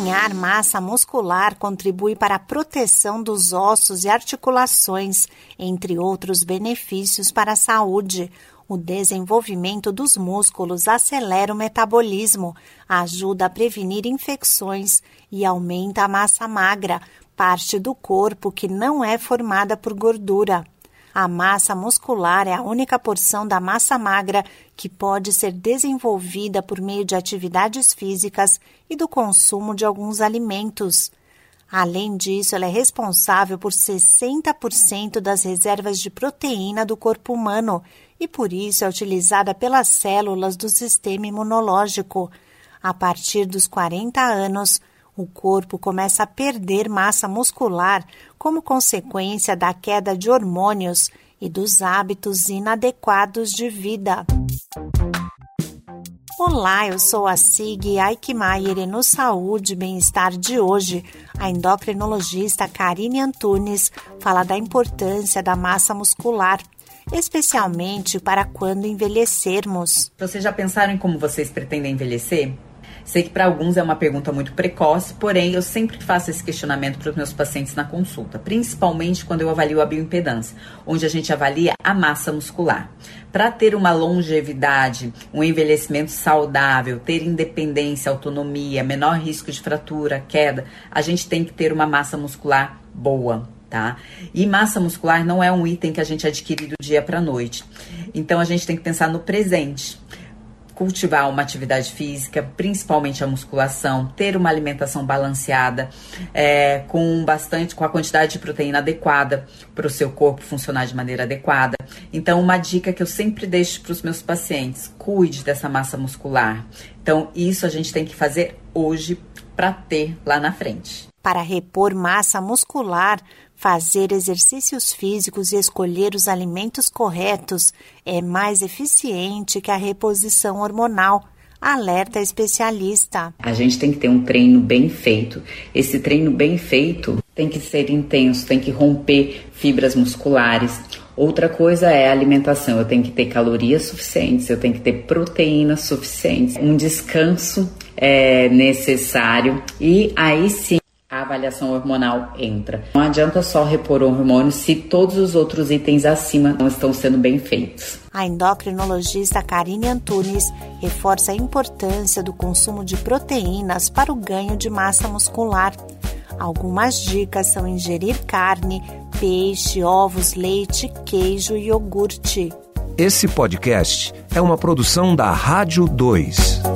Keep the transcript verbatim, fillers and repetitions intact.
Ganhar massa muscular contribui para a proteção dos ossos e articulações, entre outros benefícios para a saúde. O desenvolvimento dos músculos acelera o metabolismo, ajuda a prevenir infecções e aumenta a massa magra, parte do corpo que não é formada por gordura. A massa muscular é a única porção da massa magra que pode ser desenvolvida por meio de atividades físicas e do consumo de alguns alimentos. Além disso, ela é responsável por sessenta por cento das reservas de proteína do corpo humano e, por isso, é utilizada pelas células do sistema imunológico. A partir dos quarenta anos, o corpo começa a perder massa muscular como consequência da queda de hormônios e dos hábitos inadequados de vida. Olá, eu sou a Sig Aikmaier e no Saúde e Bem-Estar de hoje, a endocrinologista Karine Antunes fala da importância da massa muscular, especialmente para quando envelhecermos. Vocês já pensaram em como vocês pretendem envelhecer? Sei que para alguns é uma pergunta muito precoce, porém eu sempre faço esse questionamento para os meus pacientes na consulta, principalmente quando eu avalio a bioimpedância, onde a gente avalia a massa muscular. Para ter uma longevidade, um envelhecimento saudável, ter independência, autonomia, menor risco de fratura, queda, a gente tem que ter uma massa muscular boa. Tá? E massa muscular não é um item que a gente adquire do dia para a noite. Então a gente tem que pensar no presente. Cultivar uma atividade física, principalmente a musculação, ter uma alimentação balanceada, é, com bastante, com a quantidade de proteína adequada para o seu corpo funcionar de maneira adequada. Então, uma dica que eu sempre deixo para os meus pacientes: cuide dessa massa muscular. Então, isso a gente tem que fazer hoje para ter lá na frente. Para repor massa muscular, fazer exercícios físicos e escolher os alimentos corretos é mais eficiente que a reposição hormonal, alerta especialista. A gente tem que ter um treino bem feito. Esse treino bem feito tem que ser intenso, tem que romper fibras musculares. Outra coisa é a alimentação. Eu tenho que ter calorias suficientes, eu tenho que ter proteínas suficientes, um descanso é necessário e aí sim a avaliação hormonal entra. Não adianta só repor o hormônio se todos os outros itens acima não estão sendo bem feitos. A endocrinologista Karine Antunes reforça a importância do consumo de proteínas para o ganho de massa muscular. Algumas dicas são ingerir carne, peixe, ovos, leite, queijo e iogurte. Esse podcast é uma produção da Rádio dois.